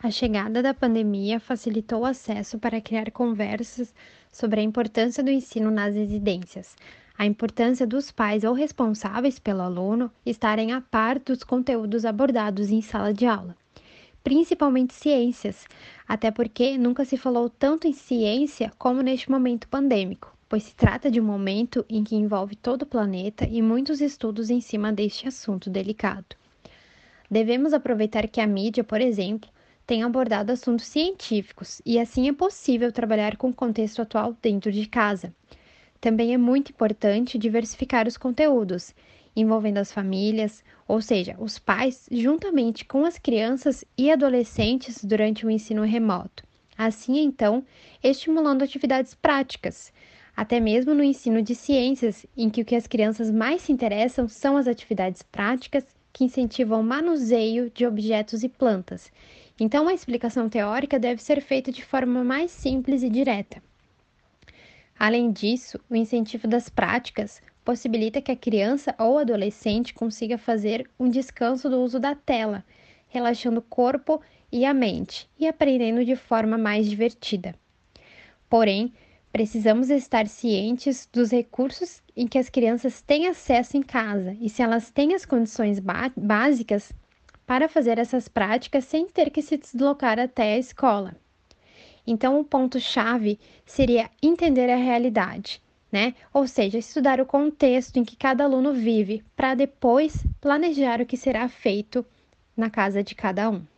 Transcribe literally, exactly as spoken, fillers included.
A chegada da pandemia facilitou o acesso para criar conversas sobre a importância do ensino nas residências, a importância dos pais ou responsáveis pelo aluno estarem a par dos conteúdos abordados em sala de aula, principalmente ciências, até porque nunca se falou tanto em ciência como neste momento pandêmico, pois se trata de um momento em que envolve todo o planeta e muitos estudos em cima deste assunto delicado. Devemos aproveitar que a mídia, por exemplo, tem abordado assuntos científicos e assim é possível trabalhar com o contexto atual dentro de casa. Também é muito importante diversificar os conteúdos, envolvendo as famílias, ou seja, os pais, juntamente com as crianças e adolescentes durante o ensino remoto. Assim, então, estimulando atividades práticas, até mesmo no ensino de ciências, em que o que as crianças mais se interessam são as atividades práticas que incentivam o manuseio de objetos e plantas. Então, a explicação teórica deve ser feita de forma mais simples e direta. Além disso, o incentivo das práticas possibilita que a criança ou adolescente consiga fazer um descanso do uso da tela, relaxando o corpo e a mente e aprendendo de forma mais divertida. Porém, precisamos estar cientes dos recursos em que as crianças têm acesso em casa e se elas têm as condições básicas para fazer essas práticas sem ter que se deslocar até a escola. Então, o ponto-chave seria entender a realidade, né? Ou seja, estudar o contexto em que cada aluno vive, para depois planejar o que será feito na casa de cada um.